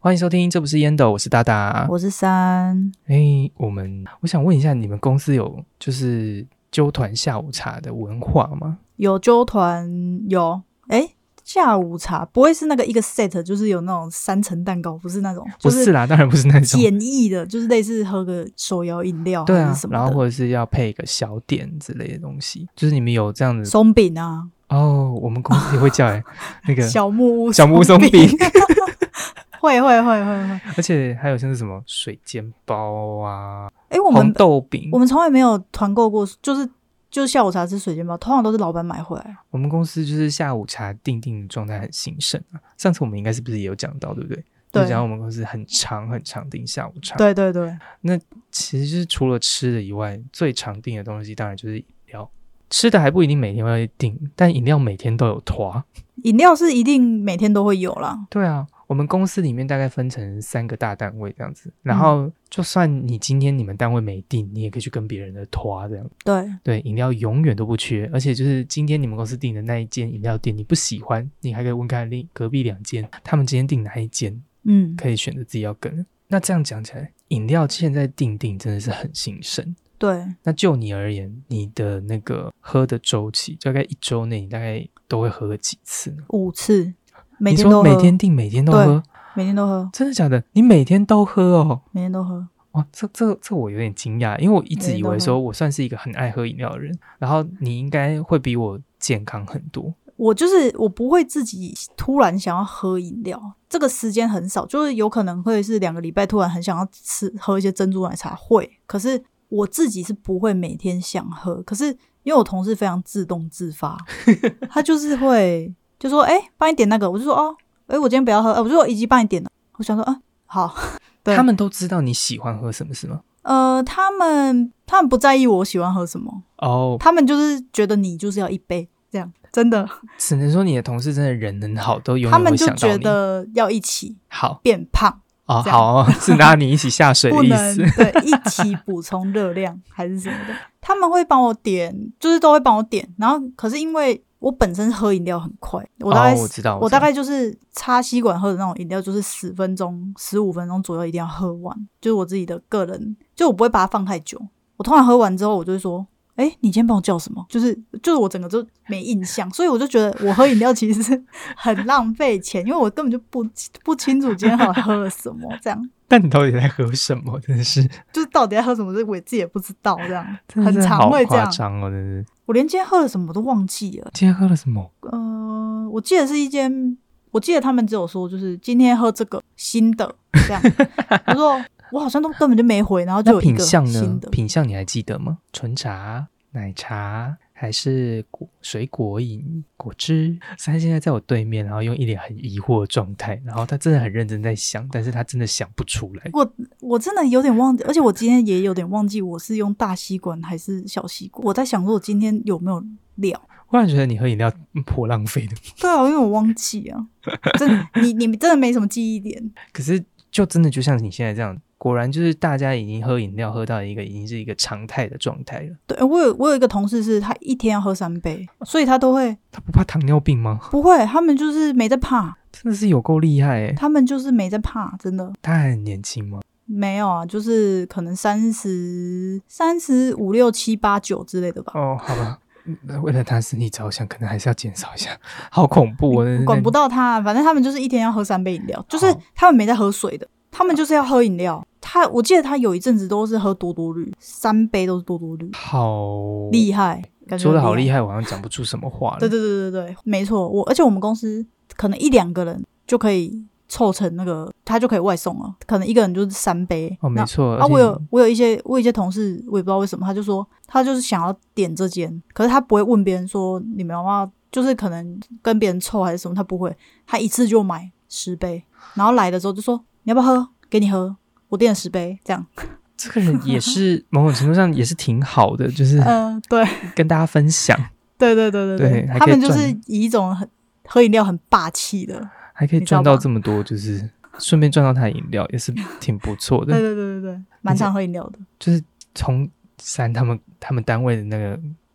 欢迎收听，这不是烟斗，我是大大， 我是三。 我想问一下，你们公司有就是揪团下午茶的文化吗？ 有揪团，有。下午茶不会是那个一个 set 就是有那种3层蛋糕，不是那种， 不是啦，当然不是那种简易的，就是类似喝个手摇饮料对啊， 还是什么的， 然后或者是要配一个小点之类的东西，就是你们有这样的松饼啊。 哦，我们公司也会叫那个小木屋松饼会， 而且还有像是什么水煎包啊，红我们豆饼， 我们从来没有团购过，就是下午茶吃水煎包，通常都是老板买回来。 我们公司就是下午茶定的状态很兴盛啊。上次我们应该是不是也有讲到，对不对？ 对， 就讲我们公司很长订下午茶。 对， 那其实就是除了吃的以外，最常订的东西当然就是饮料。吃的还不一定每天会订，但饮料每天都有拖。 饮料是一定每天都会有啦。 对啊，我们公司里面大概分成3个大单位这样子，然后就算你今天你们单位没订，你也可以去跟别人的拖这样。 对， 饮料永远都不缺，而且就是今天你们公司订的那一间饮料店，你不喜欢，你还可以问看隔壁2间，他们今天订哪一间，可以选择自己要跟。那这样讲起来，饮料现在订真的是很兴盛。 对， 那就你而言，你的那个喝的周期，大概1周内你大概都会喝几次呢 ？5次，每天都喝。 你说每天订，每天都喝？ 每天都喝。 真的假的？你每天都喝哦？ 每天都喝。 哇，这我有点惊讶，因为我一直以为说我算是一个很爱喝饮料的人，然后你应该会比我健康很多。 我不会自己突然想要喝饮料，这个时间很少，就是有可能会是2个礼拜突然很想要喝一些珍珠奶茶会，可是我自己是不会每天想喝。可是因为我同事非常自动自发，他就是会就说帮你点那个，我就说我今天不要喝，我就说已经帮你点了，我想说好。 他们都知道你喜欢喝什么是吗？ 他们不在意我喜欢喝什么哦，他们就是觉得你就是要一杯这样，真的。 只能说你的同事真的人很好，都永远会想到你。 他们就觉得要一起好变胖好是拿你一起下水的意思。 不能对一起补充热量还是什么的。他们会帮我点，就是都会帮我点，然后可是因为我本身喝饮料很快，我大概就是插吸管喝的那种饮料，就是10分钟、15分钟左右一定要喝完，就是我自己的个人，就我不会把它放太久。我通常喝完之后，我就会说你今天帮我叫什么？就是我整个就没印象，所以我就觉得我喝饮料其实是很浪费钱，因为我根本就不清楚今天好喝了什么这样。 但你到底在喝什么？真的是， 就是到底在喝什么，我自己也不知道，这样很常会这样。好夸张哦，真是。 我连今天喝了什么都忘记了。 今天喝了什么？ 我记得是我记得他们只有说就是今天喝这个新的这样。我说我好像都根本就没回，然后就有一个新的。 品相呢？品相你还记得吗？纯茶、奶茶还是水果饮、果汁？他现在在我对面，然后用一脸很疑惑的状态，然后他真的很认真在想，但是他真的想不出来。 我真的有点忘记，而且我今天也有点忘记我是用大吸管还是小吸管。我在想说我今天有没有料。 忽然觉得你喝饮料颇浪费的。 对啊，因为我忘记啊。你真的没什么记忆点。 可是就真的就像你现在这样，果然就是大家已经喝饮料喝到已经是一个常态的状态了。 对，我有一个同事是他一天要喝3杯，所以他都会。 他不怕糖尿病吗？ 不会，他们就是没在怕。 真的是有够厉害他们就是没在怕，真的。 他还很年轻吗？ 没有啊，就是可能35、6、7、8、9之类的吧。 好吧。为了他身体着想，可能还是要减少一下。好恐怖管不到他，反正他们就是一天要喝3杯饮料，就是他们没在喝水的，他们就是要喝饮料。我记得他有一阵子都是喝多多绿，3杯都是多多绿， 好厉害， 说的好厉害，我好像讲不出什么话了。 对，没错。而且我们公司可能1-2个人就可以凑成那个，他就可以外送了，可能一个人就是3杯。 没错。 我有一些同事，我也不知道为什么，他就说他就是想要点这间，可是他不会问别人说你们要不要，就是可能跟别人凑还是什么，他不会，他一次就买10杯，然后来的时候就说你要不要喝，给你喝，我点了10杯这样。 这个人也是某种程度上也是挺好的，就是对， 跟大家分享。 对，他们就是以一种喝饮料很霸气的， 还可以赚到这么多，就是顺便赚到他的饮料，也是挺不错的。 对，蛮常喝饮料的。 就是从他们单位的那个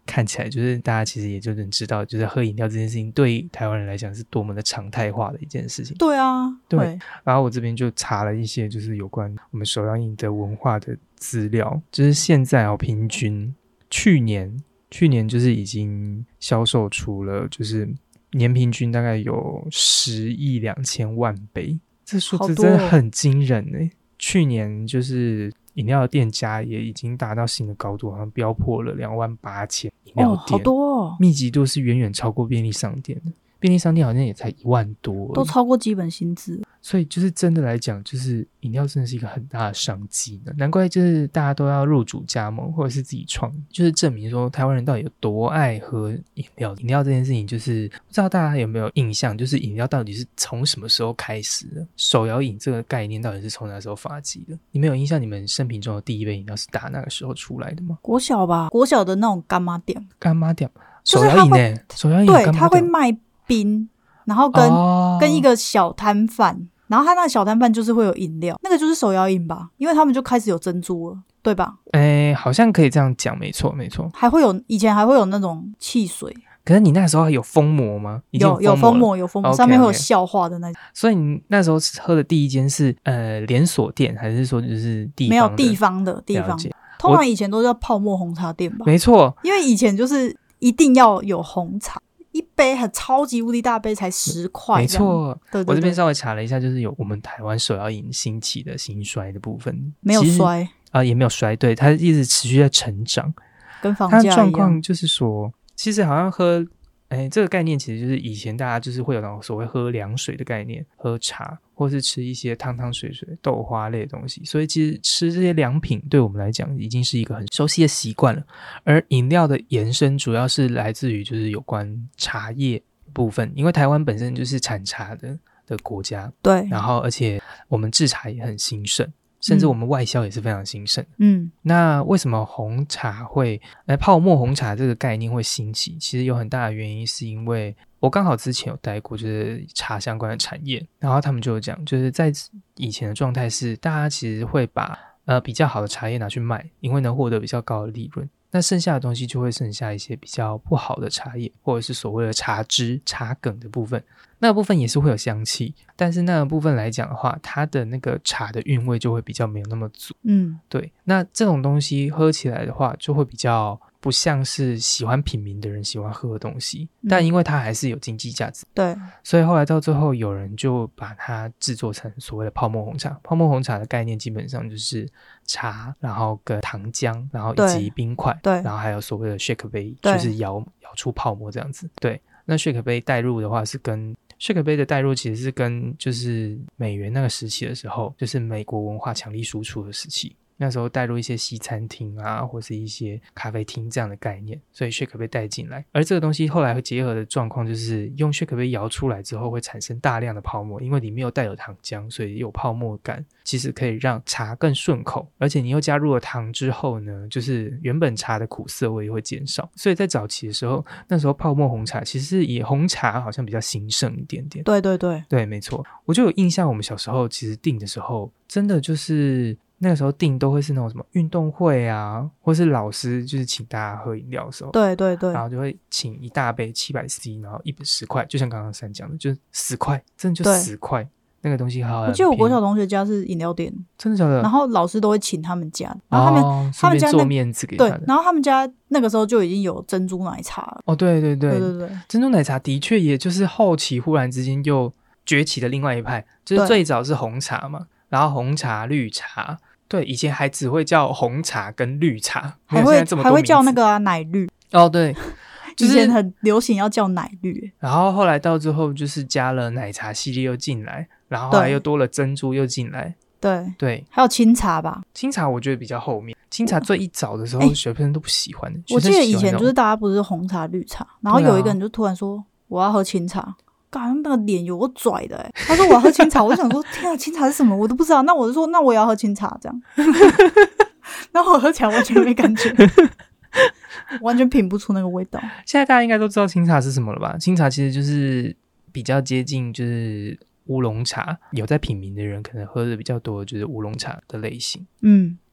看起来就是大家其实也就能知道，就是喝饮料这件事情对台湾人来讲是多么的常态化的一件事情。 对啊， 对。然后我这边就查了一些就是有关我们手摇饮的文化的资料，就是现在平均去年就是已经销售出了就是年平均大概有10亿2千万杯，这数字真的很惊人欸。去年就是饮料的店家也已经达到新的高度，好像飙破了28000饮料店， 好多密集度是远远超过便利商店的。便利商店好像也才1万多， 都超过基本薪资。 所以就是真的来讲，就是饮料真的是一个很大的商机呢。难怪就是大家都要入主加盟或者是自己创，就是证明说台湾人到底有多爱喝饮料。饮料这件事情就是不知道大家有没有印象，就是饮料到底是从什么时候开始的？手摇饮这个概念到底是从哪时候发迹的？你们有印象你们生平中的第一杯饮料是打那个时候出来的吗？ 国小吧，国小的那种干妈店。 干妈店手摇饮欸，手摇饮对，他会卖冰，然后跟一个小摊贩，然后他那个小摊贩就是会有饮料，那个就是手摇饮吧，因为他们就开始有珍珠了，对吧？ 好像可以这样讲，没错。 还会有以前还会有那种汽水， 可是你那时候有封膜吗？ 有封膜，上面会有笑话的那种。 所以你那时候喝的第一间是连锁店，还是说就是地方的？ 没有地方的，通常以前都叫泡沫红茶店吧？ 没错， 因为以前就是一定要有红茶。一杯很超级无敌大杯才10块， 没错。 对， 我这边稍微查了一下，就是有我们台湾手摇饮兴起的兴衰的部分， 没有衰也没有衰，对，它一直持续在成长， 跟房价一样。 它的状况就是说，其实好像喝这个概念其实就是以前大家就是会有那种所谓喝凉水的概念，喝茶或是吃一些汤水豆花类的东西，所以其实吃这些凉品对我们来讲已经是一个很熟悉的习惯了。而饮料的延伸主要是来自于就是有关茶叶部分，因为台湾本身就是产茶的国家， 对， 然后而且我们制茶也很兴盛，甚至我们外销也是非常兴盛。那为什么红茶会泡沫红茶这个概念会兴起？其实有很大的原因是因为我刚好之前有待过就是茶相关的产业，然后他们就有讲，就是在以前的状态是大家其实会把比较好的茶叶拿去卖，因为能获得比较高的利润，那剩下的东西就会剩下一些比较不好的茶叶，或者是所谓的茶汁茶梗的部分，那个部分也是会有香气，但是那个部分来讲的话，它的那个茶的韵味就会比较没有那么足。对，那这种东西喝起来的话就会比较不像是喜欢品茗的人喜欢喝的东西，但因为它还是有经济价值， 对， 所以后来到最后有人就把它制作成所谓的泡沫红茶。泡沫红茶的概念基本上就是茶，然后跟糖浆，然后以及冰块， 对， 然后还有所谓的 shake 杯，就是摇出泡沫这样子。对，那 shake 杯带入的话是跟shake 杯的带入其实是跟就是美元那个时期的时候，就是美国文化强力输出的时期，那时候带入一些西餐厅啊，或是一些咖啡厅这样的概念，所以 shake 杯带进来。而这个东西后来会结合的状况就是用 shake 杯摇出来之后会产生大量的泡沫，因为里面又带有糖浆，所以有泡沫感，其实可以让茶更顺口，而且你又加入了糖之后呢，就是原本茶的苦涩味会减少，所以在早期的时候，那时候泡沫红茶其实以红茶好像比较兴盛一点点。对，没错。我就有印象我们小时候其实订的时候真的就是那个时候订都会是那种什么运动会啊，或是老师就是请大家喝饮料的时候， 对， 然后就会请一大杯700cc，然后10块，就像刚刚3讲的，就是10块，真的就10块，那个东西好。 我记得我国小同学家是饮料店， 真的假的？ 然后老师都会请他们家，然后他们家做面子给他的。 对，然后他们家那个时候就已经有珍珠奶茶了。 对，珍珠奶茶的确也就是后期忽然之间又崛起的另外一派，就是最早是红茶嘛，然后红茶、绿茶。对，以前还只会叫红茶跟绿茶， 还会叫那个奶绿。 对，就是、 以前很流行要叫奶绿， 然后后来到之后就是加了奶茶系列又进来，然后后来又多了珍珠又进来。对， 还有清茶吧。 清茶我觉得比较后面，清茶最一早的时候学生都不喜欢的。 我记得以前就是大家不是红茶绿茶，然后有一个人就突然说我要喝清茶，干那个脸有个拽的他说我要喝清茶，我就想说天啊，清茶是什么我都不知道，那我就说那我也要喝清茶这样然后我喝起来完全没感觉完全品不出那个味道。 现在大家应该都知道清茶是什么了吧？清茶其实就是比较接近乌龙茶，有在品茗的人可能喝的比较多就是乌龙茶的类型。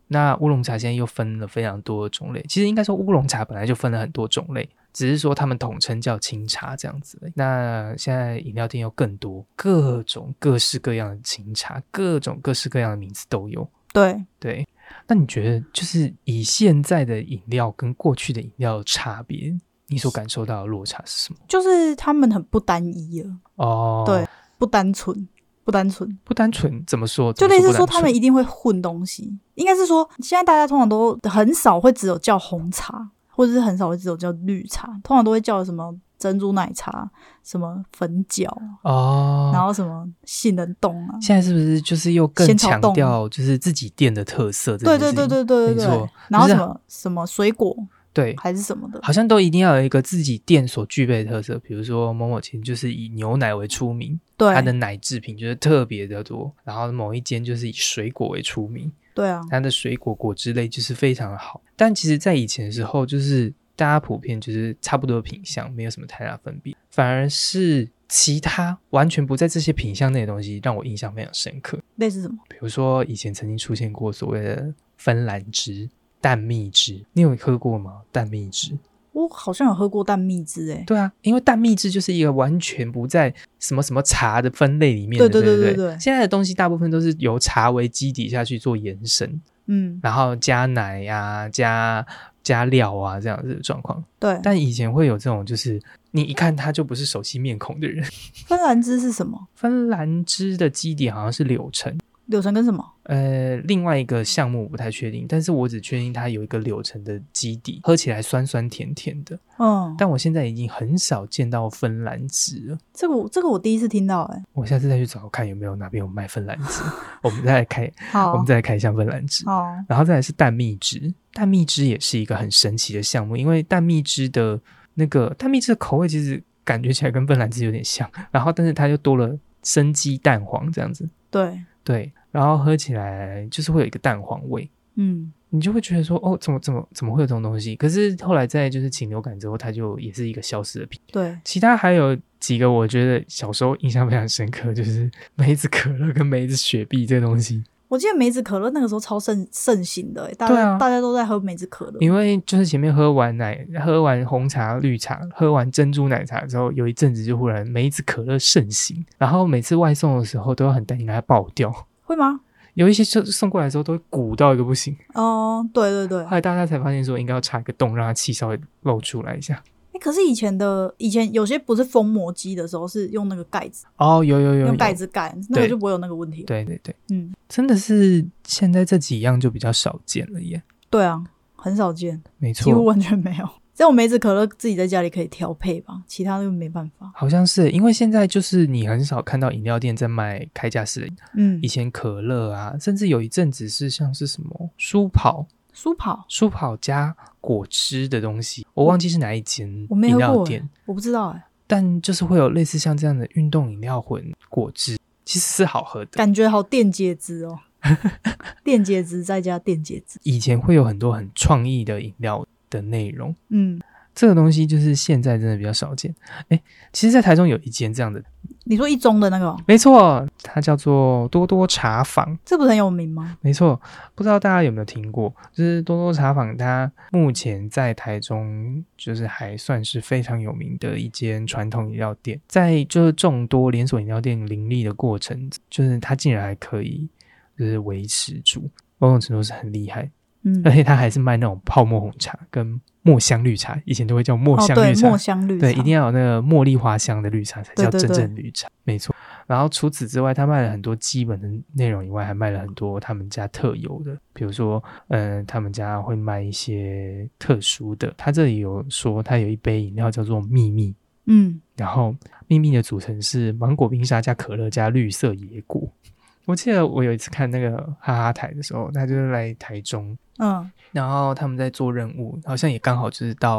那乌龙茶现在又分了非常多的种类，其实应该说乌龙茶本来就分了很多种类，只是说他们统称叫清茶这样子。那现在饮料店又更多，各种各式各样的清茶，各种各式各样的名字都有。对，那你觉得就是以现在的饮料跟过去的饮料的差别，你所感受到的落差是什么？ 就是他们很不单一了。哦，对，不单纯怎么说？ 就类似说他们一定会混东西，应该是说现在大家通常都很少会只有叫红茶，或者是很少会只有叫绿茶，通常都会叫什么珍珠奶茶、什么粉饺然后什么杏仁冻啊。 现在是不是就是又更强调就是自己店的特色？ 对，没错。然后什么水果。对，还是什么的， 好像都一定要有一个自己店所具备的特色。比如说某某间就是以牛奶为出名，对，它的奶制品就是特别的多。然后某一间就是以水果为出名， 对啊， 它的水果果汁类就是非常的好。但其实在以前的时候，就是大家普遍就是差不多的品项，没有什么太大分别，反而是其他完全不在这些品项内的东西让我印象非常深刻。 类似什么？ 比如说以前曾经出现过所谓的芬兰汁、蛋蜜汁，你有喝过吗？蛋蜜汁我好像有喝过蛋蜜汁欸。 对啊，因为蛋蜜汁就是一个完全不在什么什么茶的分类里面的。对，现在的东西大部分都是由茶为基底下去做延伸，然后加奶啊、加料啊这样子的状况。对，但以前会有这种就是你一看他就不是熟悉面孔的人。 芬兰汁是什么？ 芬兰汁的基底好像是柳橙。 柳橙跟什么？ 另外一个项目我不太确定，但是我只确定它有一个柳橙的基底，喝起来酸酸甜甜的。但我现在已经很少见到芬兰汁了。这个我第一次听到我下次再去找看有没有哪边有卖芬兰汁，我们再来开一箱芬兰汁。然后再来是蛋蜜汁，蛋蜜汁也是一个很神奇的项目，因为蛋蜜汁的口味其实感觉起来跟芬兰汁有点像，然后但是它就多了生鸡蛋黄这样子。对，然后喝起来就是会有一个蛋黄味，你就会觉得说怎么会有这种东西？可是后来在就是禽流感之后，它就也是一个消失的品。对，其他还有几个我觉得小时候印象非常深刻，就是梅子可乐跟梅子雪碧这东西。 我记得梅子可乐那个时候超盛行的，大家都在喝梅子可乐。 因为就是前面喝完红茶、绿茶，喝完珍珠奶茶之后，有一阵子就忽然梅子可乐盛行，然后每次外送的时候都要很担心它爆掉。 会吗？ 有一些送过来的时候都会鼓到一个不行。 对。 后来大家才发现说应该要插一个洞，让它气稍微露出来一下。 可是以前有些不是封膜机的时候是用那个盖子。 有用盖子盖，那个就不会有那个问题。 对，真的是现在这几样就比较少见了耶。 对啊，很少见， 没错， 几乎完全没有。这种梅子可乐自己在家里可以调配吧，其他就没办法。 好像是因为现在就是你很少看到饮料店在卖开架式的。以前可乐啊，甚至有一阵子是像是什么舒跑加果汁的东西，我忘记是哪一间饮料店， 我不知道但就是会有类似像这样的运动饮料混果汁，其实是好喝的， 感觉好电解质哦。电解质再加电解质。 以前会有很多很创意的饮料的内容，这个东西就是现在真的比较少见。其实在台中有一间这样的。 你说一中的那个？ 没错，它叫做多多茶坊。 这不是很有名吗？ 没错，不知道大家有没有听过，就是多多茶坊它目前在台中就是还算是非常有名的一间传统饮料店，在就是众多连锁饮料店林立的过程，就是它竟然还可以就是维持住，某种程度是很厉害。而且它还是卖那种泡沫红茶跟墨香绿茶，以前都会叫墨香绿茶。 对，墨香绿茶。 对，一定要有那个茉莉花香的绿茶才叫真正绿茶。没错。然后除此之外，他卖了很多基本的内容以外，还卖了很多他们家特有的，比如说他们家会卖一些特殊的。他这里有说他有一杯饮料叫做秘密，然后秘密的组成是芒果冰沙加可乐加绿色野果。我记得我有一次看那个哈哈台的时候，他就是来台中，然后他们在做任务，好像也刚好就是到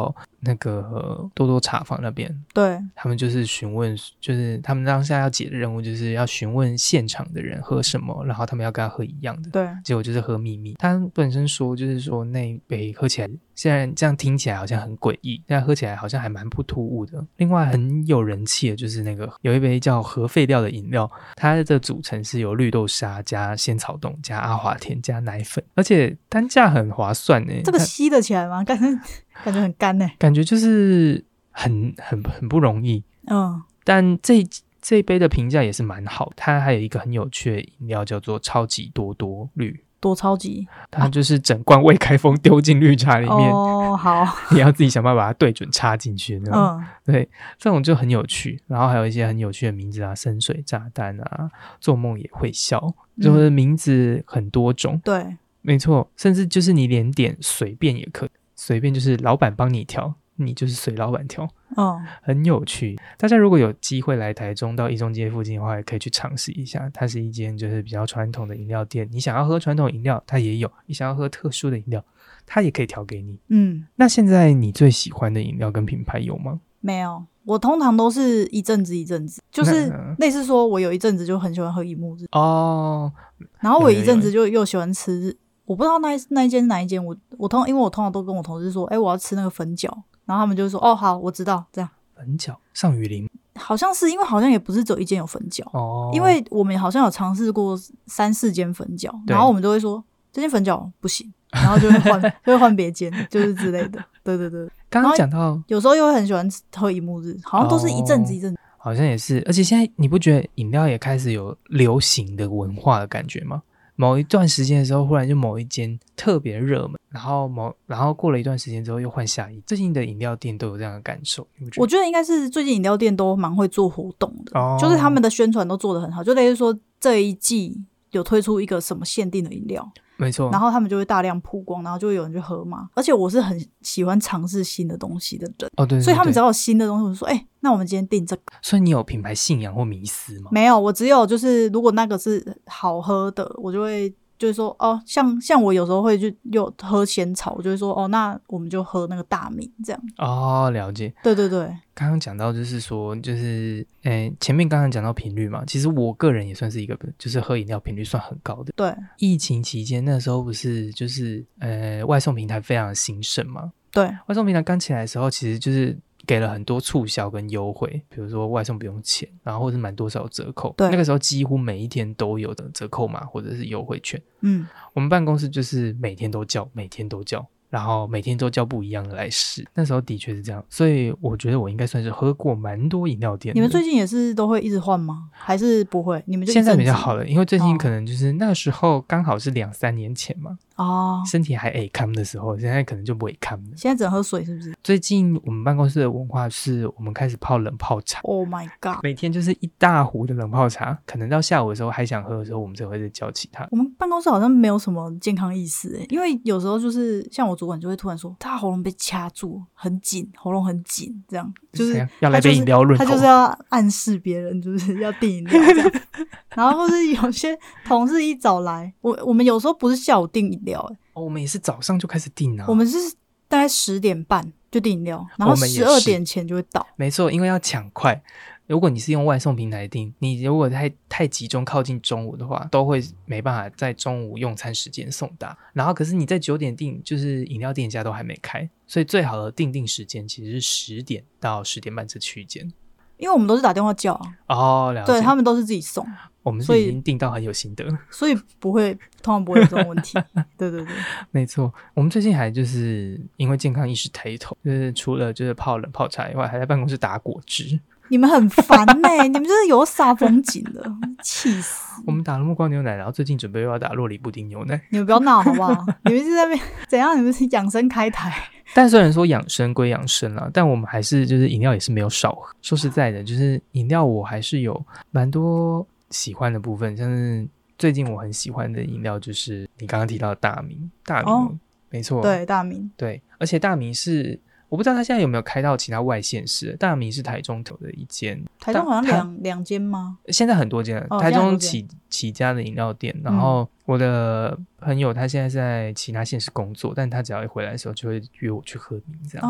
那个多多茶坊那边， 对， 他们就是询问，就是他们当下要解的任务就是要询问现场的人喝什么，然后他们要跟他喝一样的， 对， 结果就是喝秘密。他本身说就是说那一杯喝起来，现在这样听起来好像很诡异，现在喝起来好像还蛮不突兀的。另外很有人气的就是那个有一杯叫核废料的饮料，它的组成是由绿豆沙加仙草冻加阿华田加奶粉，而且单价很划算耶。 这个吸得起来吗？感觉很干耶， 感觉就是很不容易。但这一杯的评价也是蛮好，它还有一个很有趣的饮料叫做超级多多绿。 多超级， 它就是整罐未开封丢进绿茶里面。 好， 你要自己想办法把它对准插进去那种。对，这种就很有趣。然后还有一些很有趣的名字啊，深水炸弹啊，做梦也会笑，就是名字很多种。 对， 没错，甚至就是你连点随便也可以，随便就是老板帮你调，你就是随老板调。很有趣。大家如果有机会来台中到一中街附近的话，也可以去尝试一下。它是一间就是比较传统的饮料店，你想要喝传统饮料它也有，你想要喝特殊的饮料它也可以调给你。那现在你最喜欢的饮料跟品牌有吗？ 没有，我通常都是一阵子，就是类似说我有一阵子就很喜欢喝一木日然后我一阵子就又喜欢吃，我不知道那一间是哪一间，因为我通常都跟我同事说我要吃那个粉饺，然后他们就说好我知道，这样。 粉饺上雨林好像是，因为好像也不是只有一间有粉饺因为我们好像有尝试过3-4间粉饺，然后我们都会说这间粉饺不行，然后就会换别间就是之类的。对， 刚刚讲到有时候又会很喜欢喝一木日，好像都是一阵子好像也是。而且现在你不觉得饮料也开始有流行的文化的感觉吗？某一段时间的时候忽然就某一间特别热门，然后过了一段时间之后又换下一。最近的饮料店都有这样的感受， 我觉得应该是最近饮料店都蛮会做活动的就是他们的宣传都做得很好，就类似说这一季有推出一个什么限定的饮料， 没错， 然后他们就会大量曝光，然后就会有人去喝嘛。而且我是很喜欢尝试新的东西的人对， 所以他们只要有新的东西我就说那我们今天订这个。 所以你有品牌信仰或迷思吗？ 没有，我只有就是如果那个是好喝的我就会就是说像我有时候会就有喝仙草，我就会说那我们就喝那个大名这样。 了解。 对， 刚刚讲到就是说就是前面刚刚讲到频率嘛，其实我个人也算是一个就是喝饮料频率算很高的。 对， 疫情期间那时候不是就是外送平台非常兴盛嘛。 对， 外送平台刚起来的时候其实就是给了很多促销跟优惠，比如说外送不用钱，然后或是满多少折扣。 对， 那个时候几乎每一天都有的折扣码或者是优惠券。我们办公室就是每天都叫，然后每天都叫不一样的来试。那时候的确是这样，所以我觉得我应该算是喝过蛮多饮料店的。 你们最近也是都会一直换吗？还是不会？你们就现在比较好了，因为最近可能就是那时候刚好是2-3年前嘛。身体还康的时候，现在可能就不会康了。 现在只能喝水是不是？ 最近我们办公室的文化是我们开始泡冷泡茶。 Oh my god！ 每天就是一大壶的冷泡茶，可能到下午的时候还想喝的时候，我们才会再叫其他。 我们办公室好像没有什么健康意识因为有时候就是像我主管就会突然说他喉咙被掐住很紧，喉咙很紧这样，就是要来杯饮料润喉，他就是要暗示别人就是要订饮料这样然后或是有些同事一早来，我们有时候不是下午订饮料我们也是早上就开始订我们是大概10点半就订饮料，然后12点前就会到。 没错，因为要抢快。如果你是用外送平台订，你如果太集中靠近中午的话，都会没办法在中午用餐时间送达。然后可是你在9点订，就是饮料店家都还没开，所以最好的订时间其实是10点到10点半这区间。 因为我们都是打电话叫了解。 对，他们都是自己送， 我们是已经订到很有心得， 所以通常不会有这种问题对， 没错。我们最近还就是因为健康意识抬头，就是除了就是泡冷泡茶以外，还在办公室打果汁。 你们很烦你们就是有煞风景的气死。 我们打了木瓜牛奶，然后最近准备又要打酪梨布丁牛奶。 你们不要闹好不好你们是在那边怎样？你们是养生开台？ 但虽然说养生归养生啦，但我们还是就是饮料也是没有少喝。说实在的，就是饮料我还是有蛮多喜欢的部分，像是最近我很喜欢的饮料就是你刚刚提到的大明。没错， 对，大明， 对，而且大明是我不知道他现在有没有开到其他外县市。大明是台中头的一间， 台中好像两间吗？ 现在很多间了，台中起家的饮料店。然后我的朋友他现在在其他县市工作，但他只要一回来的时候就会约我去喝明这样子。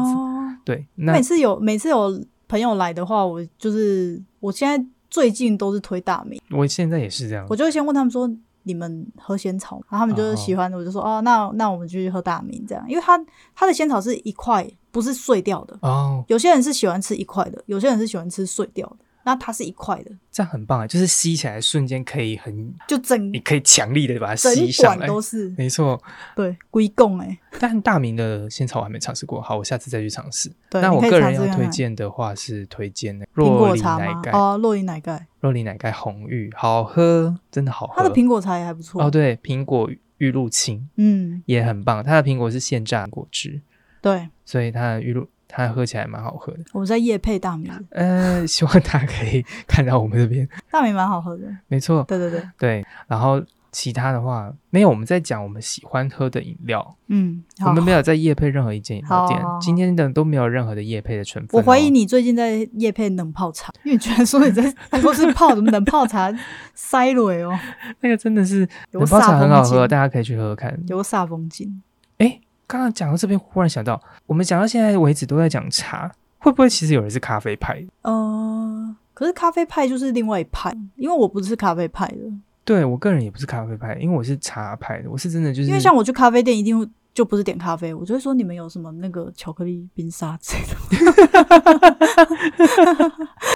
对， 每次有朋友来的话，我现在最近都是推大名， 我现在也是这样， 我就会先问他们说你们喝仙草，然后他们就是喜欢的，我就说那我们就去喝大名这样，因为它的仙草是一块，不是碎掉的有些人是喜欢吃一块的，有些人是喜欢吃碎掉的，那它是一块的， 这样很棒，就是吸起来瞬间可以你可以强力的把它吸上来， 整管都是， 没错， 对，龟贡但大名的仙草我还没尝试过，好，我下次再去尝试。 对， 那我个人要推荐的话是推荐若梨奶盖若梨奶盖红玉，好喝，真的好喝。 它的苹果茶也还不错对，苹果玉露清也很棒，它的苹果是现榨果汁， 对， 所以它的玉露它喝起来蛮好喝的。 我在业配大名希望大家可以看到我们这边大名蛮好喝的， 没错， 对， 然后其他的话没有，我们在讲我们喜欢喝的饮料，我们没有在业配任何一间饮料店，今天的都没有任何的业配的成分。 我怀疑你最近在业配冷泡茶，因为你居然说你在办公室泡什么冷泡茶塞蕊那个真的是冷泡茶很好喝，大家可以去喝喝看， 有煞风景。 刚刚讲到这边忽然想到，我们讲到现在为止都在讲茶，会不会其实有人是咖啡派的？ 可是咖啡派就是另外一派，因为我不是咖啡派的。对， 我个人也不是咖啡派，因为我是茶派的，我是真的就是因为像我去咖啡店一定就不是点咖啡，我就会说你们有什么那个巧克力冰沙之类的。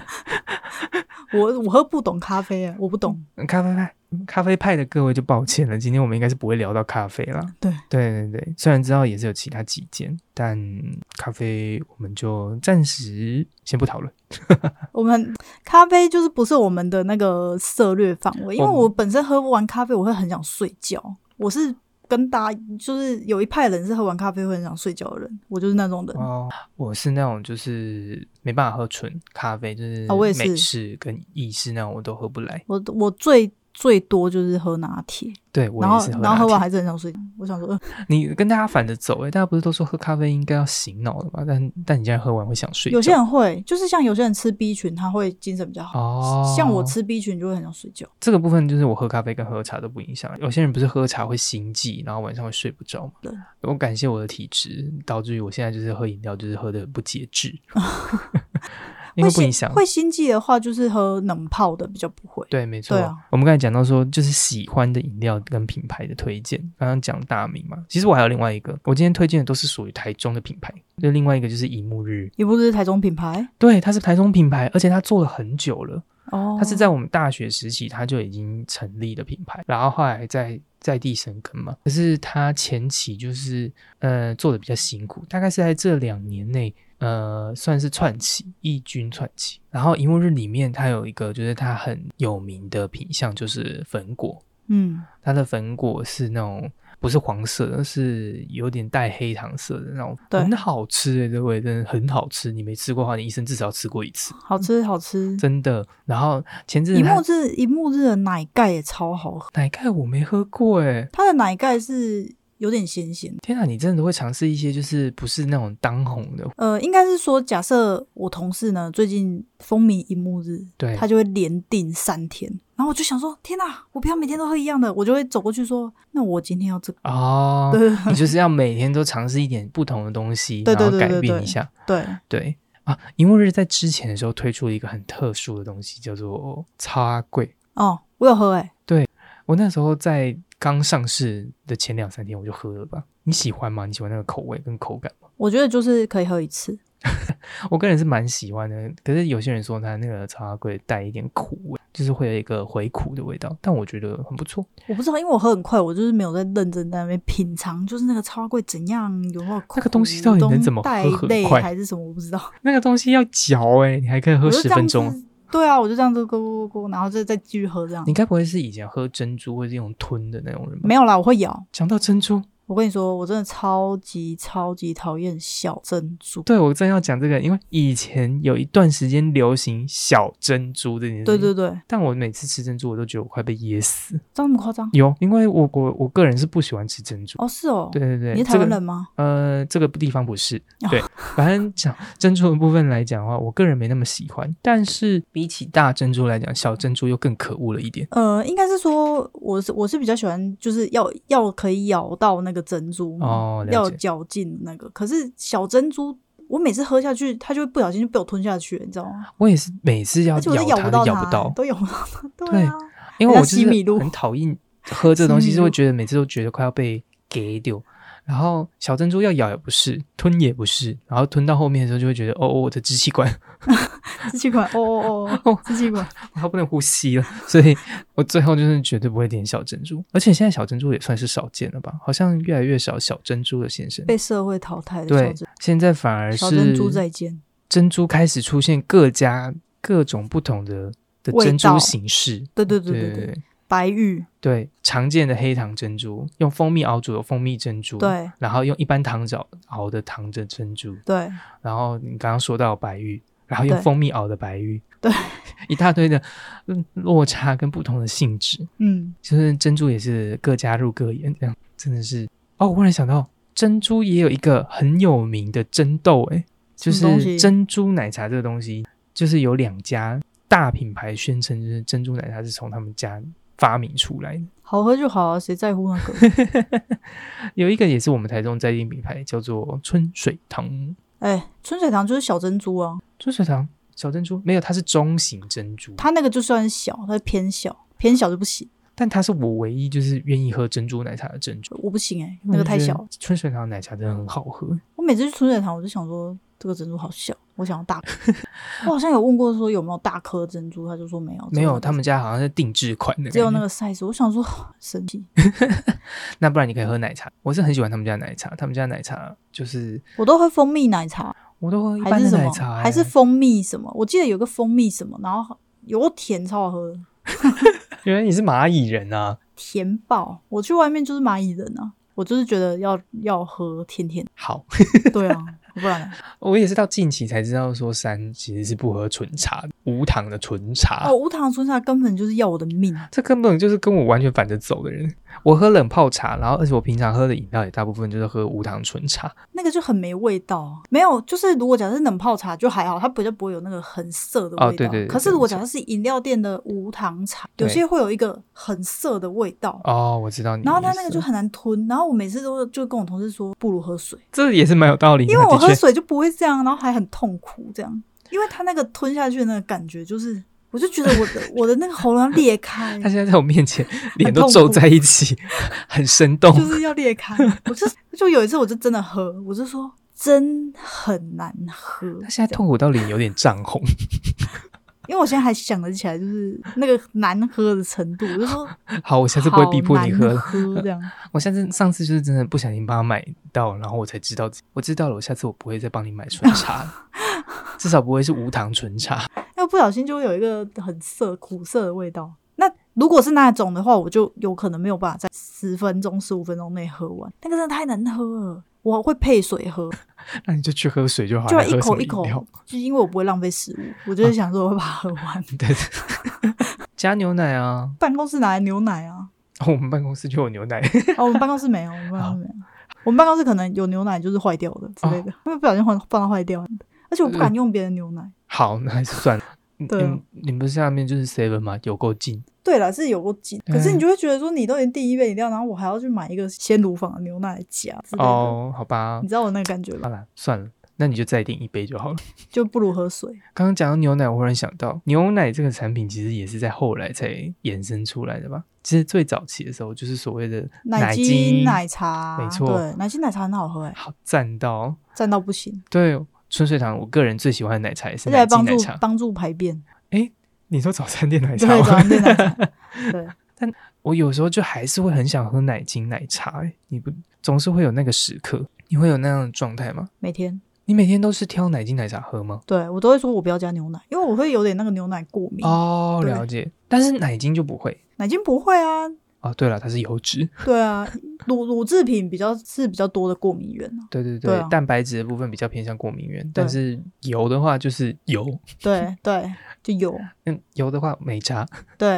我喝不懂咖啡我不懂咖啡派的各位就抱歉了，今天我们应该是不会聊到咖啡啦。对，虽然知道也是有其他几间，但咖啡我们就暂时先不讨论。 我们咖啡就是不是我们的那个涉略范围，因为我本身喝完咖啡我会很想睡觉，我是跟大家就是有一派人是喝完咖啡会很想睡觉的人，我就是那种人。 我是那种就是没办法喝纯咖啡，就是美式跟意式那种我都喝不来。 我最多就是喝拿铁， 对，我也是喝拿铁， 然后喝完还是很想睡。我想说， 你跟大家反着走大家不是都说喝咖啡应该要醒脑的吗？但你现在喝完会想睡觉。 有些人会，就是像有些人吃 B 群，他会精神比较好。像我吃 B 群就会很想睡觉。 这个部分就是我喝咖啡跟喝茶都不影响。有些人不是喝茶会心悸，然后晚上会睡不着吗？对，我感谢我的体质，导致于我现在就是喝饮料就是喝得不节制。因为不影响。 会心悸的话就是喝冷泡的比较不会。 对，没错。我们刚才讲到说就是喜欢的饮料跟品牌的推荐，刚刚讲大名嘛，其实我还有另外一个，我今天推荐的都是属于台中的品牌，就另外一个就是一沐日。 一沐日是台中品牌？ 对，它是台中品牌，而且它做了很久了。它是在我们大学时期它就已经成立的品牌，然后后来在地生根嘛。可是它前期就是做的比较辛苦，大概是在这2年内算是串起，异军串起。然后一沐日里面它有一个就是它很有名的品项就是粉果，它的粉果是那种不是黄色的，是有点带黑糖色的那种，很好吃这味真的很好吃。你没吃过的话，你一生至少要吃过一次。 好吃，真的。然后前阵子一沐日的奶盖也超好喝。 奶盖我没喝过它的奶盖是有点咸咸。 天啊，你真的会尝试一些就是不是那种当红的？ 应该是说，假设我同事呢最近风靡一沐日，对，他就会连订3天，然后我就想说，天哪，我不要每天都喝一样的，我就会走过去说，那我今天要这个你就是要每天都尝试一点不同的东西，然后改变一下。对啊，一沐日在之前的时候推出了一个很特殊的东西，叫做草粿。 我有喝对，我那时候在刚上市的前2-3天我就喝了吧。你喜欢吗？你喜欢那个口味跟口感吗？ 我觉得就是可以喝一次。 我个人是蛮喜欢的，可是有些人说它那个草粿带一点苦味，就是会有一个回苦的味道，但我觉得很不错。 我不知道，因为我喝很快，我就是没有在认真在那边品尝，就是那个草粿怎样，有没有苦， 那个东西到底能怎么喝很快还是什么，我不知道。 那个东西要嚼你还可以喝10分钟。 对啊，我就这样子咕，然后再继续喝这样。 你该不会是以前喝珍珠或是用吞的那种人吧？ 没有啦，我会咬。 讲到珍珠， 我跟你说，我真的超级讨厌小珍珠。 对，我正要讲这个，因为以前有一段时间流行小珍珠这件事。 对。 但我每次吃珍珠，我都觉得我快被噎死。 这么夸张？ 有，因为我个人是不喜欢吃珍珠。 是哦。 对。 你是台湾人吗？ 这个地方不是。对，反正讲珍珠的部分来讲的话，我个人没那么喜欢。但是比起大珍珠来讲，小珍珠又更可恶了一点。 应该是说我是比较喜欢，就是要可以咬到那个珍珠要有嚼劲那个。可是小珍珠我每次喝下去，它就会不小心就被我吞下去了，你知道吗？ 我也是每次要咬它都咬不到， 都咬不到它。对啊， 因为我就是很讨厌喝这个东西，是会觉得每次都觉得快要被给丢。然后小珍珠要咬也不是，吞也不是，然后吞到后面的时候就会觉得我的支气管支气管支气管它不能呼吸了，所以我最后就是绝对不会点小珍珠。而且现在小珍珠也算是少见了吧，好像越来越少小珍珠的现身， 被社会淘汰的小珍珠。 对，现在反而是小珍珠再见， 珍珠开始出现各种不同的珍珠形式。对， 白玉， 对，常见的黑糖珍珠，用蜂蜜熬煮的蜂蜜珍珠， 对， 然后用一般糖枣熬的糖的珍珠， 对， 然后你刚刚说到白玉，然后用蜂蜜熬的白玉， 对， 一大堆的落差跟不同的性质，就是珍珠也是各家入各眼，这样真的是。我忽然想到，珍珠也有一个很有名的珍豆，就是珍珠奶茶这个东西，就是有2家大品牌宣称，就是珍珠奶茶是从他们家发明出来的， 好喝就好啊，谁在乎那个？ 有一个也是我们台中在地品牌，叫做春水堂。 春水堂就是小珍珠啊。 春水堂小珍珠没有，它是中型珍珠， 它那个就算小，它是偏小就不行。 但它是我唯一就是愿意喝珍珠奶茶的珍珠。 我不行那个太小。 春水堂奶茶真的很好喝。 我每次去春水堂，我就想说这个珍珠好小，我想要大颗。我好像有问过说有没有大颗珍珠，他就说没有。 没有，他们家好像是定制款的， 只有那个 size。我想说神奇。 那不然你可以喝奶茶，我是很喜欢他们家奶茶。他们家奶茶就是我都喝蜂蜜奶茶， 我都喝一般的奶茶， 还是蜂蜜什么？我记得有个蜂蜜什么，然后有甜，超好喝的。 原来你是蚂蚁人啊！ 甜爆！我去外面就是蚂蚁人啊！我就是觉得要喝甜甜。 好， 对啊，不然呢？ 我也是到近期才知道说山其实是不喝纯茶，无糖的纯茶。 无糖纯茶根本就是要我的命， 这根本就是跟我完全反着走的人。我喝冷泡茶，然后而且我平常喝的饮料也大部分就是喝无糖纯茶， 那个就很没味道。没有，就是如果假设是冷泡茶就还好，它比较不会有那个很涩的味道。 对。 可是如果假设是饮料店的无糖茶，有些会有一个很涩的味道。 我知道你。 然后它那个就很难吞，然后我每次都就跟我同事说，不如喝水。 这也是蛮有道理的， 因为我喝水就不会这样，然后还很痛苦这样，因为它那个吞下去的那个感觉就是。我就觉得我的那个喉咙要裂开， 他现在在我面前脸都皱在一起，很生动， 就是要裂开。就有一次我就真的喝，我就说真很难喝。 他现在痛苦到脸有点涨红， 因为我现在还想得起来，就是那个难喝的程度，我就说好，我下次不会逼迫你喝了。 这样， 我上次就是真的不小心帮他买到，然后我才知道，我知道了，我下次我不会再帮你买纯茶了，至少不会是无糖纯茶。 要不小心就会有一个很苦涩的味道。那如果是那种的话，我就有可能没有办法在10分钟、15分钟内喝完，那个真的太难喝了。我会配水喝， 那你就去喝水就好， 就一口一口，就因为我不会浪费食物，我就是想说我会把它喝完。 对，加牛奶啊， 办公室拿来牛奶啊。 我们办公室就有牛奶。 我们办公室没有，我们办公室可能有牛奶就是坏掉的之类的，因为不小心放到坏掉，而且我不敢用别的牛奶。 好，那还是算了。 对， 你不是下面就是 7 吗？有够近。 对啦，是有够近，可是你就会觉得说，你都已经第一杯饮料，然后我还要去买一个鲜乳坊的牛奶来加之类的。 好吧， 你知道我那个感觉吧？ 好啦，算了，那你就再订1杯就好了， 就不如喝水。 刚刚讲到牛奶，我忽然想到，牛奶这个产品其实也是在后来才衍生出来的吧？其实最早期的时候就是所谓的奶精奶茶， 没错， 对，奶精奶茶很好喝好赞到不行。 对，春水堂我个人最喜欢的奶茶也是奶精奶茶， 帮助排便。 你说早餐店奶茶？ 对，早餐店奶茶。对， 但我有时候就还是会很想喝奶精奶茶。你不总是会有那个时刻，你会有那样的状态吗？ 每天。 你每天都是挑奶精奶茶喝吗？ 对，我都会说我不要加牛奶，因为我会有点那个牛奶过敏。 了解。但是奶精就不会。 奶精不会啊。 对了，它是油脂。 对啊，乳制品比较多的过敏源啊。 对，蛋白质的部分比较偏向过敏源，但是油的话就是油。 对，就油。 油的话没差。 对，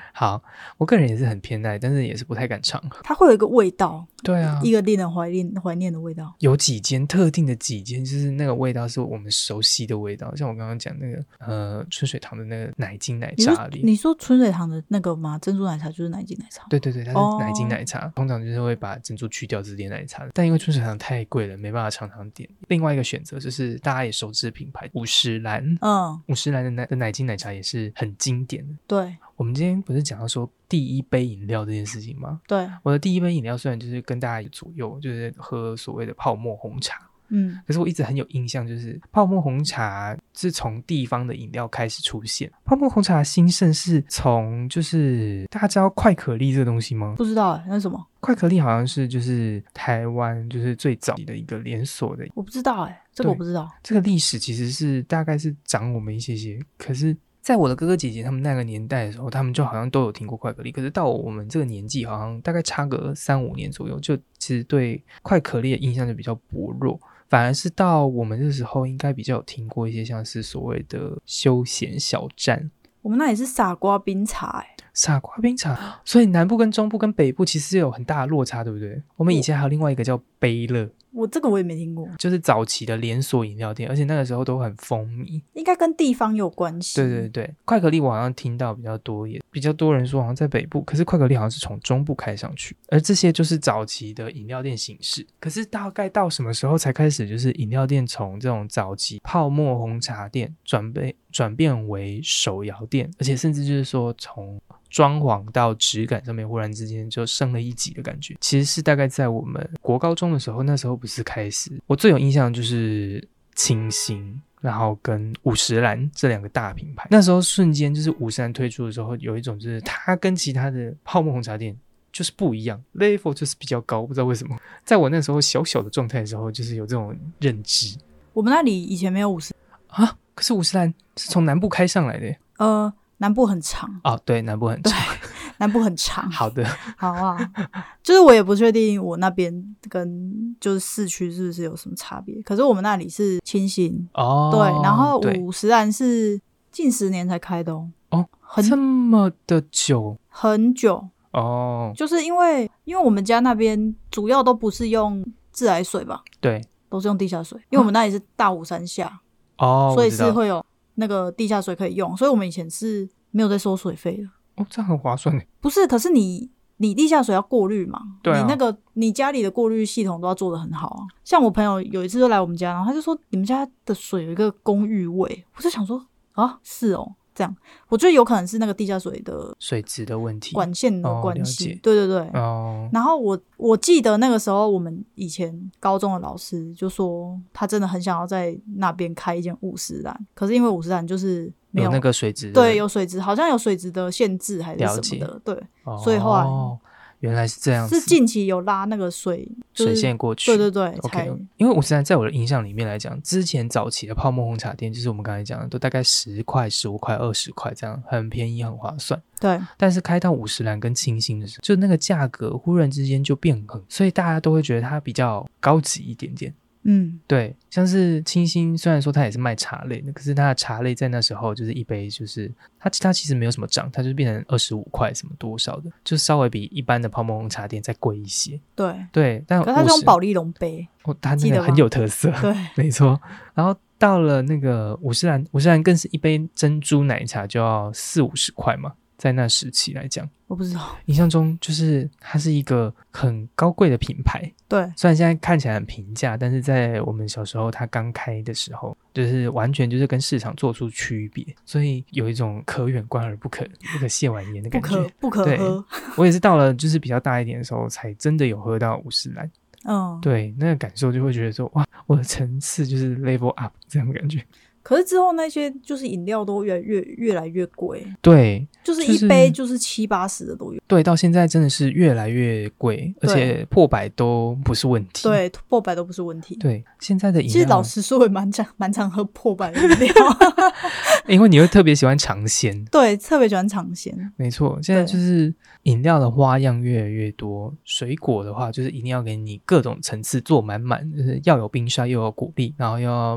好，我个人也是很偏爱，但是也是不太敢尝。 它会有一个味道， 对啊， 一个令人怀念的味道。 有特定的几间，就是那个味道是我们熟悉的味道，像我刚刚讲那个春水堂的那个奶精奶茶里。 你说春水堂的那个吗？珍珠奶茶就是奶精奶茶。 对对对，它是奶精奶茶，通常就是会把珍珠去掉，只点奶茶。但因为春水堂太贵了，没办法常常点。另外一个选择就是大家也熟知的品牌五十岚，五十岚的奶精奶茶也是很经典的。 对， 我们今天不是讲到说第一杯饮料这件事情吗？ 对， 我的第一杯饮料虽然就是跟大家左右，就是喝所谓的泡沫红茶。可是我一直很有印象，就是泡沫红茶是从地方的饮料开始出现。泡沫红茶兴盛是从就是大家知道快可丽这个东西吗？ 不知道那是什么？ 快可丽好像是就是台湾就是最早的一个连锁的。 我不知道这个我不知道。 这个历史其实是大概是长我们一些，可是在我的哥哥姐姐他们那个年代的时候，他们就好像都有听过快可丽，可是到我们这个年纪好像大概差个3-5年左右，就其实对快可丽的印象就比较薄弱。反而是到我们这时候应该比较有听过一些像是所谓的休闲小站。 我们那也是傻瓜冰茶傻瓜冰茶，所以南部跟中部跟北部其实有很大的落差，对不对？我们以前还有另外一个叫杯乐， 这个我也没听过， 就是早期的连锁饮料店，而且那个时候都很风靡， 应该跟地方有关系。 对对对，快可丽我好像听到比较多，也比较多人说好像在北部，可是快可丽好像是从中部开上去，而这些就是早期的饮料店形式。可是大概到什么时候才开始就是饮料店从这种早期泡沫红茶店转变为手摇店，而且甚至就是说从装潢到质感上面忽然之间就升了一级的感觉，其实是大概在我们国高中的时候，那时候不是开始。我最有印象就是清新，然后跟五十岚这两个大品牌，那时候瞬间就是五十岚推出的时候，有一种就是它跟其他的泡沫红茶店就是不一样， level 就是比较高，不知道为什么。在我那时候小小的状态的时候，就是有这种认知。 我们那里以前没有50 啊，可是五十岚是从南部开上来的耶。 南部很长哦，对，南部很长， 南部很长。 好的， 好啊，就是我也不确定我那边跟就是市区是不是有什么差别，可是我们那里是清新对，然后五十岚是近10年才开的这么的久， 很久就是因为我们家那边主要都不是用自来水吧，对，都是用地下水，因为我们那里是大武山下所以是会有那个地下水可以用，所以我们以前是没有在收水费的这样很划算耶。 不是，可是你地下水要过滤嘛， 对啊， 你家里的过滤系统都要做得很好啊。像我朋友有一次就来我们家，然后他就说你们家的水有一个公寓味，我就想说是这样，我觉得有可能是那个地下水的水质的问题， 管线的关系，对对对然后我记得那个时候我们以前高中的老师就说他真的很想要在那边开一间五十岚，可是因为五十岚就是没有那个水质， 对，有水质，好像有水质的限制还是什么的，对所以后来原来是这样子， 是近期有拉那个水线过去， 对对对 OK， 因为五十岚在我的印象里面来讲，之前早期的泡沫红茶店就是我们刚才讲的都大概10块、15块、20块这样，很便宜很划算，对。但是开到五十岚跟清新的时候，就那个价格忽然之间就变很，所以大家都会觉得它比较高级一点点。对，像是清新虽然说它也是卖茶类的，可是它的茶类在那时候就是一杯就是它其实没有什么涨，它就变成25块什么多少的，就稍微比一般的泡沫红茶店再贵一些。对，但可是它是用保丽龙杯它那个很有特色，对，没错。然后到了那个五十岚更是一杯珍珠奶茶就要40-50块嘛，在那时期来讲， 我不知道， 印象中就是它是一个很高贵的品牌。对，虽然现在看起来很平价，但是在我们小时候它刚开的时候，就是完全就是跟市场做出区别，所以有一种可远观而不可亵玩焉的感觉，不可喝。我也是到了就是比较大一点的时候，才真的有喝到五十岚。对，那个感受就会觉得说，哇，我的层次就是 level up 这样的感觉。 可是之后那些就是饮料都越来越贵， 对， 就是一杯就是70-80的都有。 对，到现在真的是越来越贵，而且破百都不是问题。 对，破百都不是问题。 对，现在的饮料其实老实说，我也蛮常喝破百的饮料， 因为你会特别喜欢尝鲜。对， 特别喜欢尝鲜。 没错，现在就是饮料的花样越来越多，水果的话就是一定要给你各种层次做满满，就是要有冰沙，又有果粒，然后又要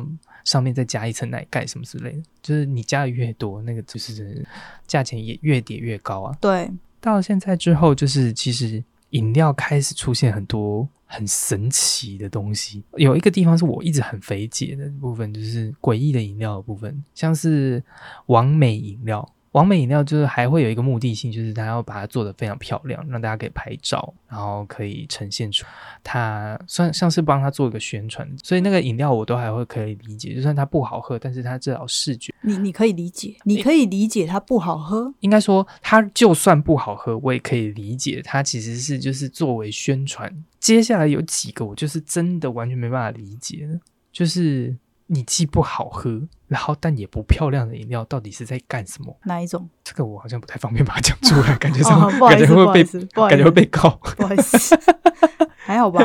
上面再加一层奶盖什么之类的，就是你加的越多，那个就是价钱也越叠越高啊。 对， 到现在之后，就是其实饮料开始出现很多很神奇的东西。有一个地方是我一直很费解的部分，就是诡异的饮料的部分，像是网美饮料。网美饮料就是还会有一个目的性，就是它要把它做得非常漂亮，让大家可以拍照，然后可以呈现出它算像是帮它做一个宣传。所以那个饮料我都还会可以理解，就算它不好喝，但是它至少视觉你可以理解，你可以理解它不好喝。 应该说它就算不好喝，我也可以理解它其实是就是作为宣传。接下来有几个我就是真的完全没办法理解的，就是你既不好喝，然后但也不漂亮的饮料到底是在干什么？ 哪一种？ 这个我好像不太方便把它讲出来，感觉上、 感觉会被告。 不好意思，还好吧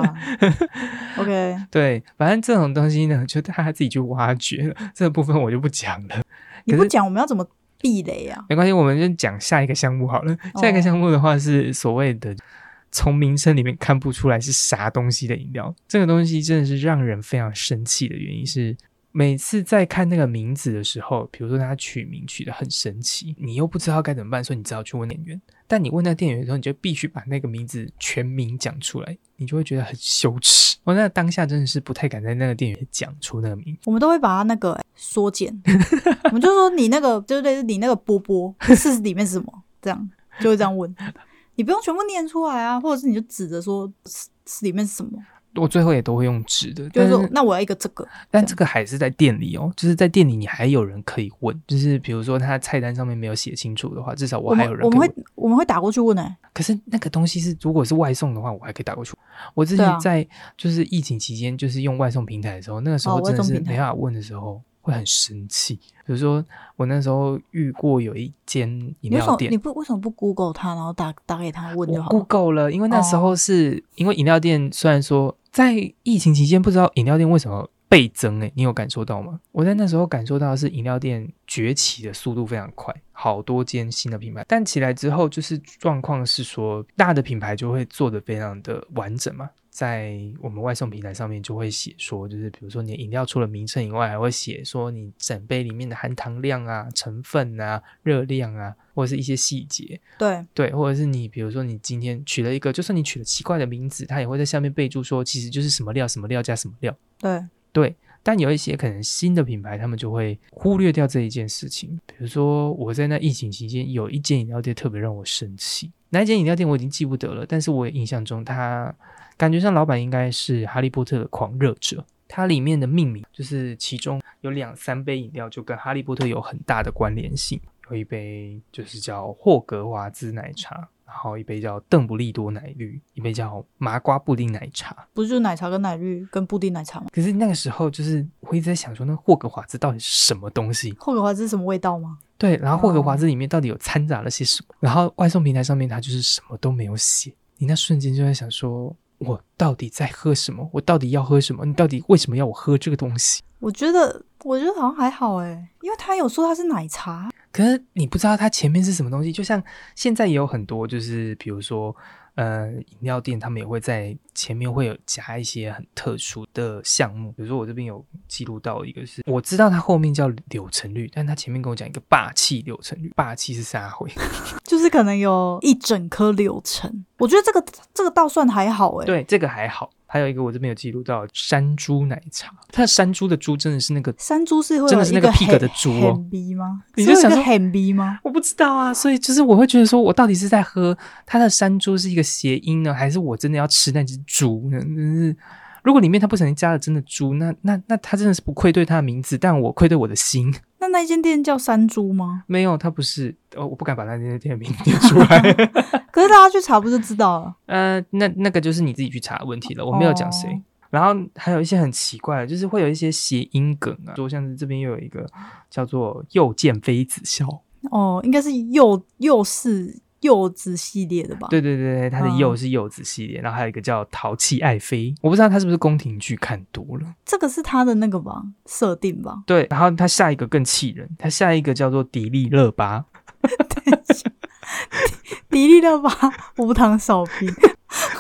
？OK， 对，反正这种东西呢，就大家自己去挖掘了，这个部分我就不讲了。 你不讲，我们要怎么避雷啊？ 没关系，我们就讲下一个项目好了。下一个项目的话是所谓的从名称里面看不出来是啥东西的饮料，这个东西真的是让人非常生气的原因是，每次在看那个名字的时候，比如说他取名取得很神奇，你又不知道该怎么办，所以你只好去问店员。但你问那店员的时候，你就必须把那个名字全名讲出来，你就会觉得很羞耻。我那当下真的是不太敢在那个店员讲出那个名字。 我们都会把它那个缩减，我们就说你那个就类似你那个波波是里面是什么，这样就会这样问。你不用全部念出来啊，或者是你就指着说是里面是什么。 我最后也都会用纸的， 就是说那我要一个这个， 但这个还是在店里哦，就是在店里你还有人可以问，就是比如说他菜单上面没有写清楚的话，至少我还有人可以问。 我们会打过去问可是那个东西是如果是外送的话，我还可以打过去。我之前在就是疫情期间就是用外送平台的时候，那个时候真的是没办法问的时候会很生气。比如说我那时候遇过有一间饮料店， 你为什么不 Google 它，然后打给他问就好了？ 我 Google 了，因为那时候是因为饮料店虽然说在疫情期间不知道饮料店为什么倍增你有感受到吗？我在那时候感受到的是饮料店崛起的速度非常快，好多间新的品牌，但起来之后就是状况是说大的品牌就会做得非常的完整嘛，在我们外送平台上面就会写说，就是比如说你的饮料除了名称以外，还会写说你整杯里面的含糖量啊、成分啊、热量啊，或者是一些细节。对，或者是你比如说你今天取了一个，就算你取了奇怪的名字，它也会在下面备注说其实就是什么料什么料加什么料。对，但有一些可能新的品牌他们就会忽略掉这一件事情。比如说我在那疫情期间有一间饮料店特别让我生气，那一间饮料店我已经记不得了，但是我也印象中他感觉上老板应该是哈利波特的狂热者，它里面的命名就是其中有2-3杯饮料就跟哈利波特有很大的关联性，有一杯就是叫霍格华兹奶茶，然后一杯叫邓布利多奶绿，一杯叫麻瓜布丁奶茶。 不是就是奶茶跟奶绿跟布丁奶茶吗？ 可是那个时候就是我一直在想说那霍格华兹到底是什么东西， 霍格华兹是什么味道吗？ 对，然后霍格华兹里面到底有掺杂了些什么，然后外送平台上面它就是什么都没有写，你那瞬间就在想说我到底在喝什么，我到底要喝什么，你到底为什么要我喝这个东西。 我觉得好像还好因为他有说它是奶茶， 可是你不知道它前面是什么东西。就像现在也有很多就是比如说饮料店他们也会在前面会有加一些很特殊的项目，比如说我这边有记录到一个是我知道它后面叫柳橙绿，但它前面跟我讲一个霸气柳橙绿，霸气是啥回就是可能有一整颗柳橙，我觉得这个倒算还好对，这个还好。还有一个我这边有记录到山猪奶茶，它的山猪的猪真的是那个山猪是会真的是那个 pig 的猪哦， 你就想说很逼吗？ 我不知道啊，所以就是我会觉得说我到底是在喝它的山猪是一个谐音呢，还是我真的要吃那只猪呢？如果里面它不小心加了真的猪，那它真的是不愧对它的名字，但我愧对我的心。 那一间店叫山猪吗？ 没有，它不是我不敢把那间店的名字念出来可是大家去查不就知道了？ 那个就是你自己去查的问题了，我没有讲谁。然后还有一些很奇怪的，就是会有一些谐音梗啊，说像是这边又有一个叫做又见妃子笑应该是又是柚子系列的吧？ 对，它的柚是柚子系列，然后还有一个叫淘气爱妃，我不知道它是不是宫廷剧看多了， 这个是它的那个吧设定吧？ 对，然后它下一个更气人，它下一个叫做迪丽热巴迪丽热巴无糖少冰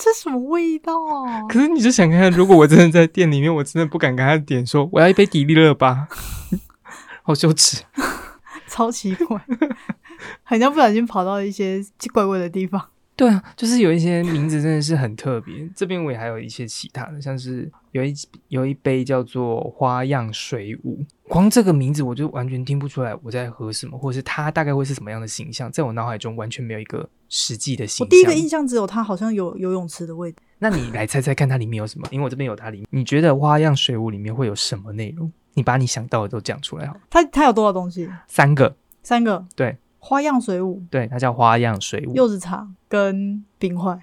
这什么味道啊？ 可是你就想看看，如果我真的在店里面，我真的不敢跟他点说我要一杯迪丽热巴，好羞耻， 超奇怪，好像不小心跑到一些怪怪的地方。 对啊，就是有一些名字真的是很特别。这边我也还有一些其他的，像是有一杯叫做花样水舞，光这个名字我就完全听不出来我在喝什么，或者是它大概会是什么样的形象，在我脑海中完全没有一个实际的形象。 我第一个印象只有它好像有游泳池的味道。 那你来猜猜看它里面有什么？因为我这边有它里面，你觉得花样水舞里面会有什么内容？你把你想到的都讲出来好了。 它有多少东西？3个。 对。 花样水舞， 对，它叫花样水舞。 柚子茶跟冰块。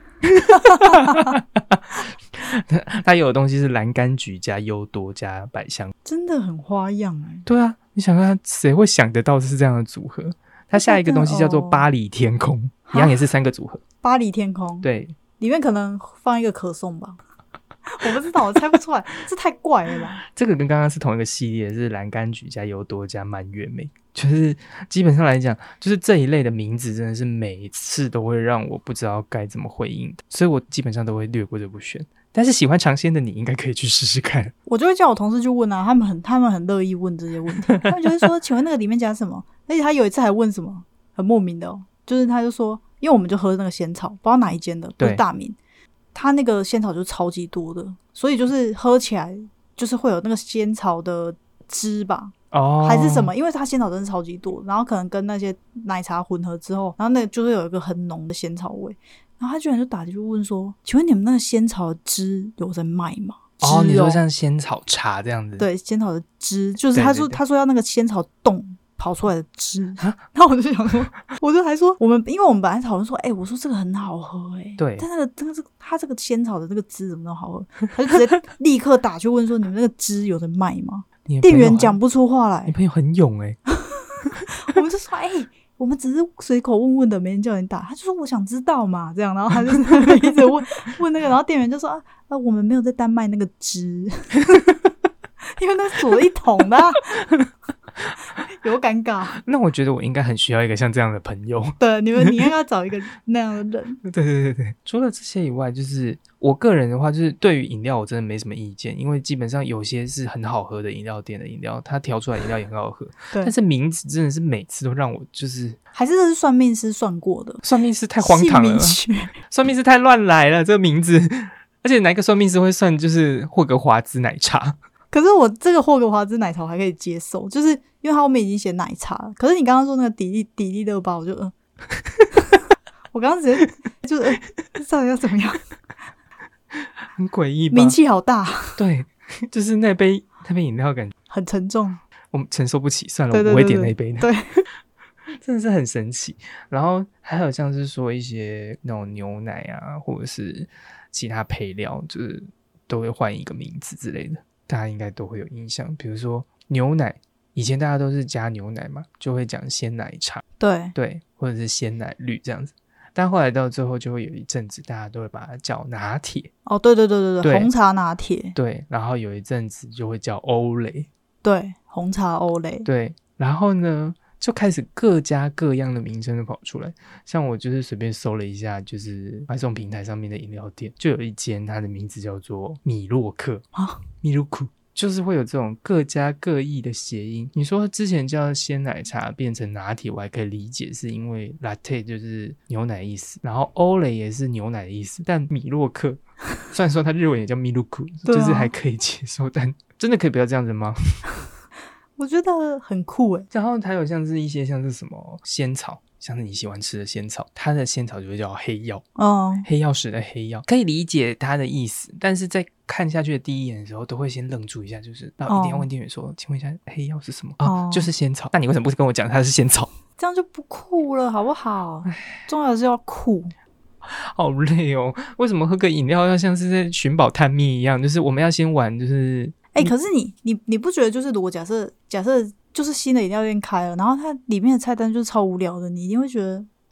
它有的东西是蓝柑橘加优多加百香， 真的很花样欸。 对啊，你想看谁会想得到是这样的组合？它下一个东西叫做巴黎天空，一样也是3个组合。 巴黎天空， 对， 里面可能放一个可颂吧。我不知道，我猜不出来，这太怪了啦。 这个跟刚刚是同一个系列，是蓝柑橘加优多加蔓越莓，就是基本上来讲，就是这一类的名字真的是每一次都会让我不知道该怎么回应的，所以我基本上都会略过这部选。但是喜欢尝鲜的你应该可以去试试看。 我就会叫我同事去问啊，他们很乐意问这些问题，他们就会说请问那个里面加什么，而且他有一次还问什么很莫名的就是他就说，因为我们就喝那个仙草，不知道哪一间的，不是大名，他那个仙草就超级多的，所以就是喝起来就是会有那个仙草的汁吧，还是什么，因为它仙草真的超级多，然后可能跟那些奶茶混合之后，然后那个就会有一个很浓的仙草味，然后他居然就打进去问说，请问你们那个仙草的汁有在卖吗？ 你说像仙草茶这样子？ 对，仙草的汁，就是他说要那个仙草冻跑出来的汁，然后我就想说，我就还说因为我们本来讨论说，我说这个很好喝对， 但它这个仙草的这个汁怎么那么好喝？他就直接立刻打去问说，你们那个汁有在卖吗？店员讲不出话来。 你朋友很勇我们就说我们只是随口问问的，没人叫你打。他就说我想知道嘛，这样，然后他就一直问那个，然后店员就说我们没有在单卖那个汁，因为那煮了一桶的有尴尬。 那我觉得我应该很需要一个像这样的朋友。 对，你应该要找一个那样的人。 对，除了这些以外，就是我个人的话，就是对于饮料我真的没什么意见，因为基本上有些是很好喝的饮料店的饮料，它调出来饮料也很好喝。对，但是名字真的是每次都让我就是还是这是算命师算过的， 算命师太荒唐了，算命师太乱来了，这个名字，而且哪一个算命师会算就是霍格华兹奶茶？ 可是我这个霍格华兹奶茶我还可以接受，就是因为它后面已经写奶茶了。可是你刚刚说那个迪丽热巴，我就我刚刚直接就到底要怎么样？ 很诡异吧？ 名气好大。 对，就是那杯饮料感觉很沉重， 我们承受不起，算了，我不会点那杯的。 对， 真的是很神奇。然后还有像是说一些那种牛奶啊，或者是其他配料，就是都会换一个名字之类的。大家应该都会有印象，比如说牛奶，以前大家都是加牛奶嘛，就会讲鲜奶茶，对，或者是鲜奶绿这样子。但后来到最后就会有一阵子，大家都会把它叫拿铁。 对，红茶拿铁。 对，然后有一阵子就会叫欧蕾。 对，红茶欧蕾。 对，然后呢，就开始各家各样的名称都跑出来。像我就是随便搜了一下，就是外送平台上面的饮料店，就有一间它的名字叫做米洛克啊，米洛克，就是会有这种各家各异的谐音。你说之前叫鲜奶茶变成拿铁，我还可以理解，是因为 latte 就是牛奶的意思，然后欧蕾也是牛奶的意思，但米洛克虽然说它日文也叫米洛克，就是还可以接受，但真的可以不要这样子吗？ 我觉得很酷然后还有像是一些像是什么仙草，像是你喜欢吃的仙草，它的仙草就会叫黑曜黑曜石的黑曜，可以理解它的意思，但是在看下去的第一眼的时候都会先愣住一下，就是然后一定要问店员说请问一下黑曜是什么就是仙草，那你为什么不跟我讲它是仙草？ 这样就不酷了好不好？重要的是要酷。 好累哦，为什么喝个饮料要像是在寻宝探秘一样，就是我们要先玩就是可是你不觉得就是如果假设就是新的饮料店开了，然后它里面的菜单就是超无聊的，你一定会觉得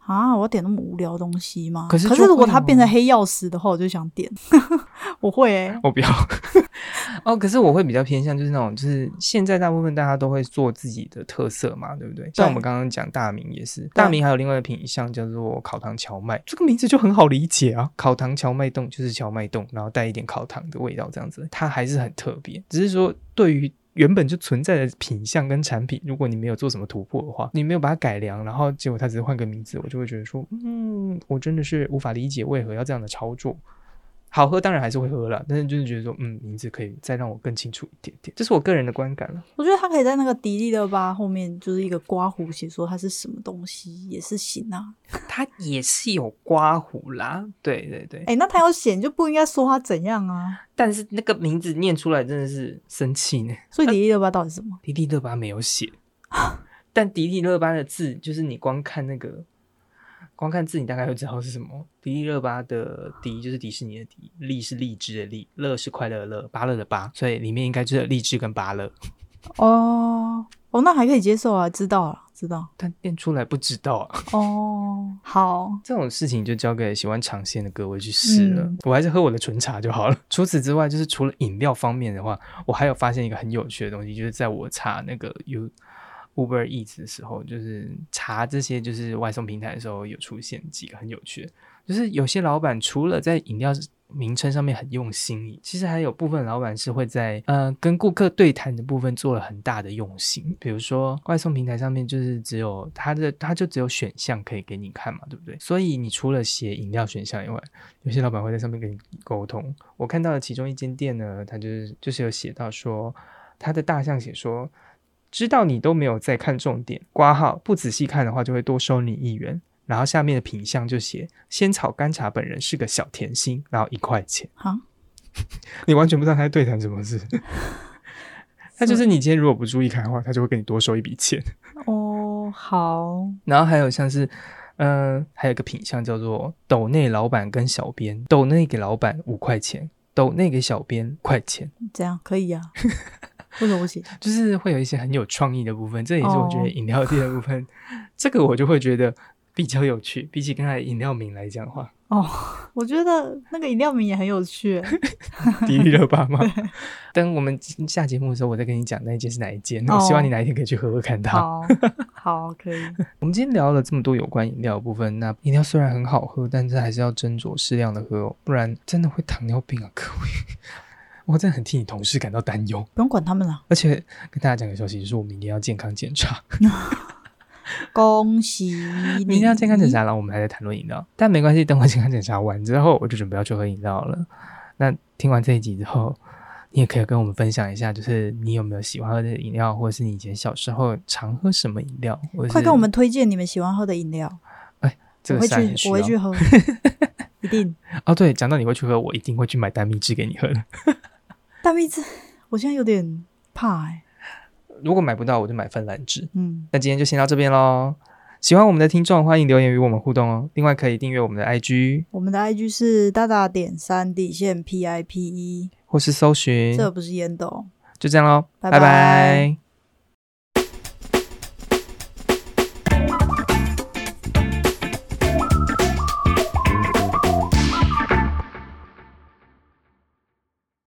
啊，我要点那么无聊的东西吗？可是如果它变成黑曜石的话，我就想点。我会我不要。哦，可是我会比较偏向就是那种，就是现在大部分大家都会做自己的特色嘛，对不对？像我们刚刚讲大名也是，大名还有另外一个品项叫做烤糖荞麦，这个名字就很好理解啊。烤糖荞麦冻就是荞麦冻，然后带一点烤糖的味道，这样子，它还是很特别。只是说对于原本就存在的品项跟产品，如果你没有做什么突破的话，你没有把它改良，然后结果它只是换个名字，我就会觉得说，我真的是无法理解为何要这样的操作。好喝当然还是会喝啦，但是就是觉得说，名字可以再让我更清楚一点点，这是我个人的观感了。 我觉得它可以在那个迪丽热巴后面就是一个刮胡写说它是什么东西也是行啊。 它也是有刮胡啦，对对对。 那它有写，你就不应该说它怎样啊。 但是那个名字念出来真的是生气呢。 所以迪丽热巴到底是什么？ 迪丽热巴没有写，但迪丽热巴的字就是你光看字你大概会知道是什么。迪丽热巴的迪就是迪士尼的迪，荔是荔枝的荔，乐是快乐的乐，芭乐的芭，所以里面应该就是荔枝跟芭乐。 那还可以接受啊，知道了，知道， 但念出来不知道啊。 好， 这种事情就交给喜欢尝鲜的各位去试了。我还是喝我的纯茶就好了。除此之外，就是除了饮料方面的话，我还有发现一个很有趣的东西，就是在我查那个Uber Eats 的时候，就是查这些就是外送平台的时候，有出现几个很有趣的，就是有些老板除了在饮料名称上面很用心，其实还有部分老板是会在跟顾客对谈的部分做了很大的用心。比如说外送平台上面就是只有它就只有选项可以给你看嘛，对不对？所以你除了写饮料选项以外，有些老板会在上面跟你沟通。我看到的其中一间店呢，它就是有写到说，它的大项写说，知道你都没有在看重点，括号不仔细看的话就会多收你1元。然后下面的品项就写仙草甘茶本人是个小甜心，然后1块钱。你完全不知道他在对谈什么事。他就是你今天如果不注意看的话，他就会给你多收一笔钱。 好。 然后还有像是还有一个品项叫做斗内老板跟小编，斗内给老板5块钱，斗内给小编1块钱， 这样可以啊。为什么不行？ 就是会有一些很有创意的部分，这也是我觉得饮料店的部分。这个我就会觉得比较有趣，比起刚才饮料名来讲的话。 我觉得那个饮料名也很有趣。 迪丽热巴吗？等我们下节目的时候我再跟你讲那一间是哪一间。我希望你哪一天可以去喝喝看它。 好，可以。 我们今天聊了这么多有关饮料的部分，那饮料虽然很好喝，但是还是要斟酌适量的喝不然真的会糖尿病啊，各位。我真的很替你同事感到担忧。 不用管他们了。 而且跟大家讲个消息，就是我明天要健康检查。 恭喜你！ 明天要健康检查了，我们还在谈论饮料，但没关系，等我健康检查完之后，我就准备要去喝饮料了。那听完这一集之后，你也可以跟我们分享一下，就是你有没有喜欢喝的饮料，或者是你以前小时候常喝什么饮料， 快跟我们推荐你们喜欢喝的饮料。 这个很需要， 我会去喝。一定。 对，讲到你会去喝，我一定会去买丹蜜汁给你喝的。 丹蜜汁我现在有点怕如果买不到我就买芬兰汁。那今天就先到这边咯。喜欢我们的听众欢迎留言与我们互动哦。另外可以订阅我们的 IG， 我们的 IG 是大__PIPE，或是搜寻这不是烟斗。 就这样咯，拜拜。